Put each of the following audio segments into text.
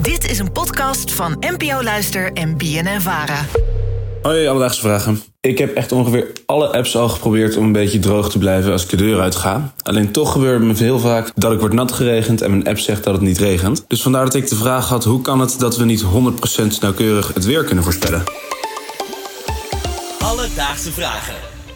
Dit is een podcast van NPO Luister en BNN-Vara. Hoi, Alledaagse Vragen. Ik heb echt ongeveer alle apps al geprobeerd om een beetje droog te blijven als ik de deur uit ga. Alleen toch gebeurt me heel vaak dat ik word nat geregend en mijn app zegt dat het niet regent. Dus vandaar dat ik de vraag had, hoe kan het dat we niet 100% nauwkeurig het weer kunnen voorspellen? Alledaagse Vragen.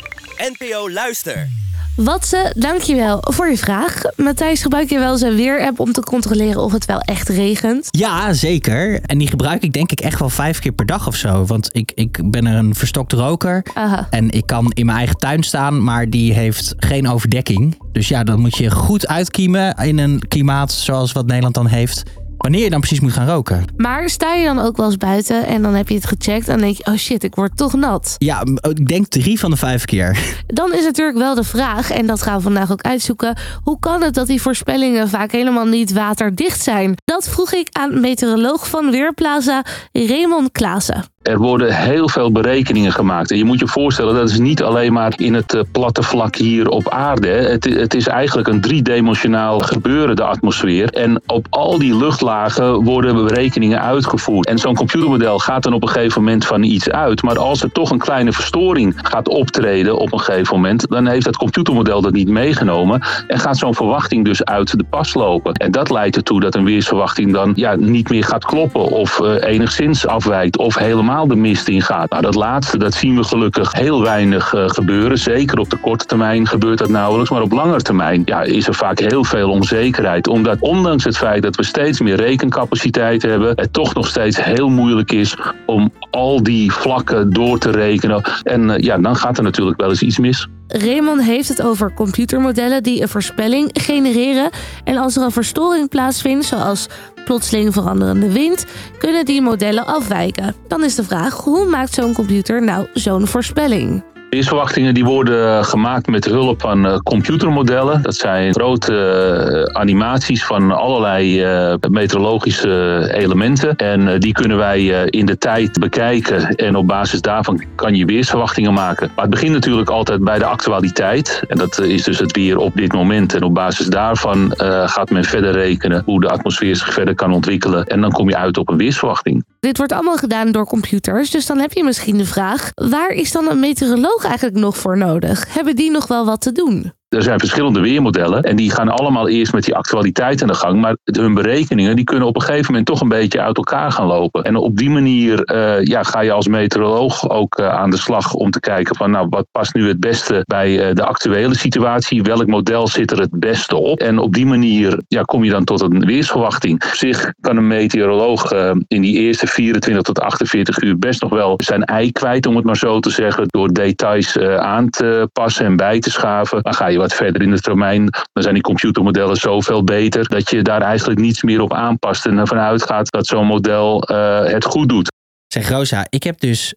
NPO Luister. Watse, dankjewel voor je vraag. Matthijs, gebruik je wel zijn weer-app om te controleren of het wel echt regent? Ja, zeker. En die gebruik ik denk ik echt wel 5 keer per dag of zo. Want ik ben een verstokte roker. Aha. En ik kan in mijn eigen tuin staan, maar die heeft geen overdekking. Dus ja, dan moet je goed uitkiemen in een klimaat zoals wat Nederland dan heeft, wanneer je dan precies moet gaan roken. Maar sta je dan ook wel eens buiten en dan heb je het gecheckt en dan denk je, oh shit, ik word toch nat. Ja, ik denk 3 van de 5 keer. Dan is natuurlijk wel de vraag, en dat gaan we vandaag ook uitzoeken, hoe kan het dat die voorspellingen vaak helemaal niet waterdicht zijn? Dat vroeg ik aan meteoroloog van Weerplaza, Raymond Klaassen. Er worden heel veel berekeningen gemaakt. En je moet je voorstellen, dat is niet alleen maar in het platte vlak hier op aarde. Het is eigenlijk een 3-dimensionaal gebeuren, de atmosfeer. En op al die luchtlagen worden berekeningen uitgevoerd. En zo'n computermodel gaat dan op een gegeven moment van iets uit. Maar als er toch een kleine verstoring gaat optreden op een gegeven moment, dan heeft dat computermodel dat niet meegenomen. En gaat zo'n verwachting dus uit de pas lopen. En dat leidt ertoe dat een weersverwachting dan niet meer gaat kloppen. Of enigszins afwijkt. Of helemaal de mist ingaat. Nou, dat laatste, dat zien we gelukkig heel weinig gebeuren. Zeker op de korte termijn gebeurt dat nauwelijks. Maar op lange termijn is er vaak heel veel onzekerheid. Omdat ondanks het feit dat we steeds meer rekencapaciteit hebben, het toch nog steeds heel moeilijk is om al die vlakken door te rekenen. En dan gaat er natuurlijk wel eens iets mis. Raymond heeft het over computermodellen die een voorspelling genereren. En als er een verstoring plaatsvindt, zoals plotseling veranderende wind, kunnen die modellen afwijken. Dan is de vraag, hoe maakt zo'n computer nou zo'n voorspelling? Weersverwachtingen die worden gemaakt met hulp van computermodellen. Dat zijn grote animaties van allerlei meteorologische elementen. En die kunnen wij in de tijd bekijken. En op basis daarvan kan je weersverwachtingen maken. Maar het begint natuurlijk altijd bij de actualiteit. En dat is dus het weer op dit moment. En op basis daarvan gaat men verder rekenen hoe de atmosfeer zich verder kan ontwikkelen. En dan kom je uit op een weersverwachting. Dit wordt allemaal gedaan door computers. Dus dan heb je misschien de vraag, waar is dan een meteoroloog eigenlijk nog voor nodig? Hebben die nog wel wat te doen? Er zijn verschillende weermodellen en die gaan allemaal eerst met die actualiteit aan de gang. Maar hun berekeningen die kunnen op een gegeven moment toch een beetje uit elkaar gaan lopen. En op die manier ga je als meteoroloog ook aan de slag om te kijken van wat past nu het beste bij de actuele situatie. Welk model zit er het beste op? En op die manier kom je dan tot een weersverwachting. Op zich kan een meteoroloog in die eerste 24 tot 48 uur best nog wel zijn ei kwijt, om het maar zo te zeggen. Door details aan te passen en bij te schaven. Dan ga je wat verder in de termijn, dan zijn die computermodellen zoveel beter dat je daar eigenlijk niets meer op aanpast en ervan uitgaat dat zo'n model het goed doet. Zeg Rosa, ik heb dus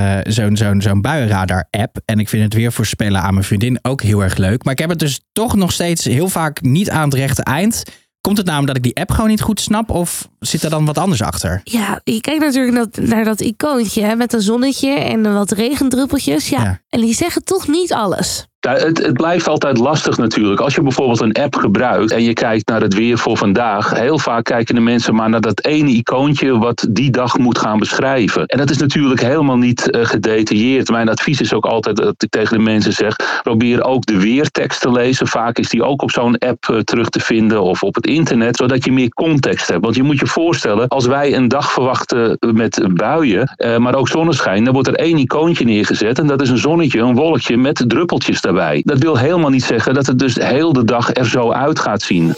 zo'n buienradar-app en ik vind het weer voorspellen aan mijn vriendin ook heel erg leuk. Maar ik heb het dus toch nog steeds heel vaak niet aan het rechte eind. Komt het nou omdat ik die app gewoon niet goed snap of zit er dan wat anders achter? Ja, je kijkt natuurlijk naar dat icoontje met een zonnetje en wat regendruppeltjes. Ja. En die zeggen toch niet alles. Het blijft altijd lastig natuurlijk. Als je bijvoorbeeld een app gebruikt en je kijkt naar het weer voor vandaag. Heel vaak kijken de mensen maar naar dat ene icoontje wat die dag moet gaan beschrijven. En dat is natuurlijk helemaal niet gedetailleerd. Mijn advies is ook altijd dat ik tegen de mensen zeg, probeer ook de weertekst te lezen. Vaak is die ook op zo'n app terug te vinden of op het internet, zodat je meer context hebt. Want je moet je voorstellen, als wij een dag verwachten met buien, maar ook zonneschijn, dan wordt er één icoontje neergezet en dat is een zonnetje, een wolkje met druppeltjes daarbij. Dat wil helemaal niet zeggen dat het dus heel de dag er zo uit gaat zien.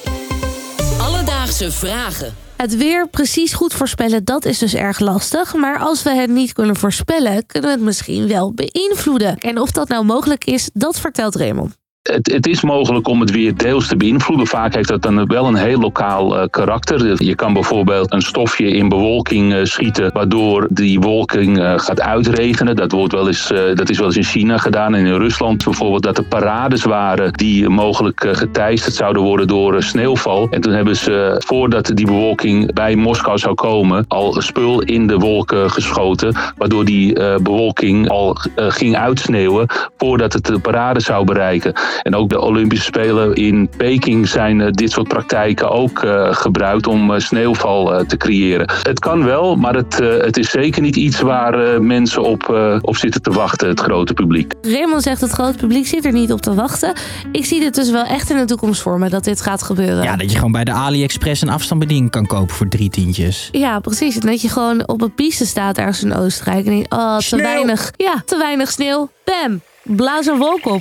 Alledaagse Vragen. Het weer precies goed voorspellen, dat is dus erg lastig. Maar als we het niet kunnen voorspellen, kunnen we het misschien wel beïnvloeden. En of dat nou mogelijk is, dat vertelt Raymond. Het is mogelijk om het weer deels te beïnvloeden. Vaak heeft dat dan wel een heel lokaal karakter. Je kan bijvoorbeeld een stofje in bewolking schieten, waardoor die wolking gaat uitregenen. Dat is wel eens in China gedaan en in Rusland bijvoorbeeld, dat er parades waren die mogelijk geteisterd zouden worden door sneeuwval. En toen hebben ze, voordat die bewolking bij Moskou zou komen, al spul in de wolken geschoten, waardoor die bewolking al ging uitsneeuwen voordat het de parade zou bereiken. En ook de Olympische Spelen in Peking zijn dit soort praktijken ook gebruikt om sneeuwval te creëren. Het kan wel, maar het is zeker niet iets waar mensen op zitten te wachten, het grote publiek. Raymond zegt het grote publiek zit er niet op te wachten. Ik zie dit dus wel echt in de toekomst voor me dat dit gaat gebeuren. Ja, dat je gewoon bij de AliExpress een afstandsbediening kan kopen voor 3 tientjes. Ja, precies. En dat je gewoon op een piste staat ergens in Oostenrijk. En denkt, oh, te weinig. Ja, te weinig sneeuw. Bam, blaas een wolk op.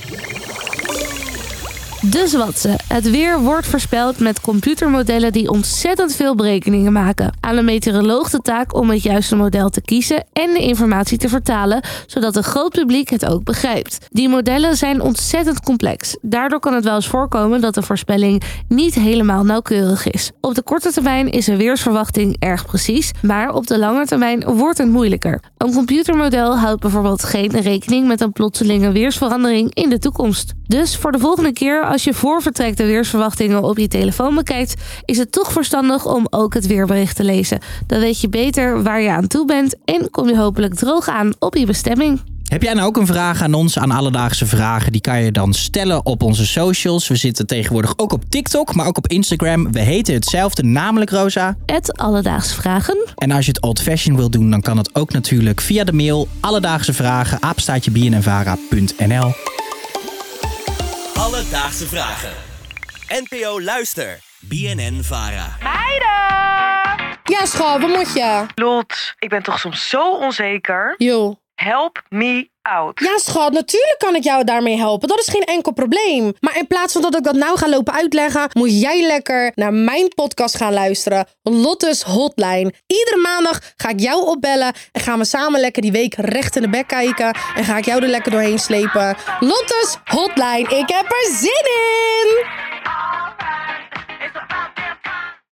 Dus wat ze. Het weer wordt voorspeld met computermodellen die ontzettend veel berekeningen maken. Aan de meteoroloog de taak om het juiste model te kiezen en de informatie te vertalen, zodat een groot publiek het ook begrijpt. Die modellen zijn ontzettend complex. Daardoor kan het wel eens voorkomen dat de voorspelling niet helemaal nauwkeurig is. Op de korte termijn is een weersverwachting erg precies, maar op de lange termijn wordt het moeilijker. Een computermodel houdt bijvoorbeeld geen rekening met een plotselinge weersverandering in de toekomst. Dus voor de volgende keer als je voor vertrek de weersverwachtingen op je telefoon bekijkt, is het toch verstandig om ook het weerbericht te lezen. Dan weet je beter waar je aan toe bent en kom je hopelijk droog aan op je bestemming. Heb jij nou ook een vraag aan ons, aan Alledaagse Vragen? Die kan je dan stellen op onze socials. We zitten tegenwoordig ook op TikTok, maar ook op Instagram. We heten hetzelfde, namelijk Rosa. Alledaagse Vragen. En als je het old fashion wil doen, dan kan het ook natuurlijk via de mail alledaagsevragen @bnnvara.nl. Alledaagse Vragen. NPO Luister. BNN-Vara. Meiden! Ja, schat, wat moet je? Lot, ik ben toch soms zo onzeker. Joh. Help me out. Ja, schat, natuurlijk kan ik jou daarmee helpen. Dat is geen enkel probleem. Maar in plaats van dat ik dat nou ga lopen uitleggen, moet jij lekker naar mijn podcast gaan luisteren. Lotte's Hotline. Iedere maandag ga ik jou opbellen en gaan we samen lekker die week recht in de bek kijken. En ga ik jou er lekker doorheen slepen. Lotte's Hotline. Ik heb er zin in!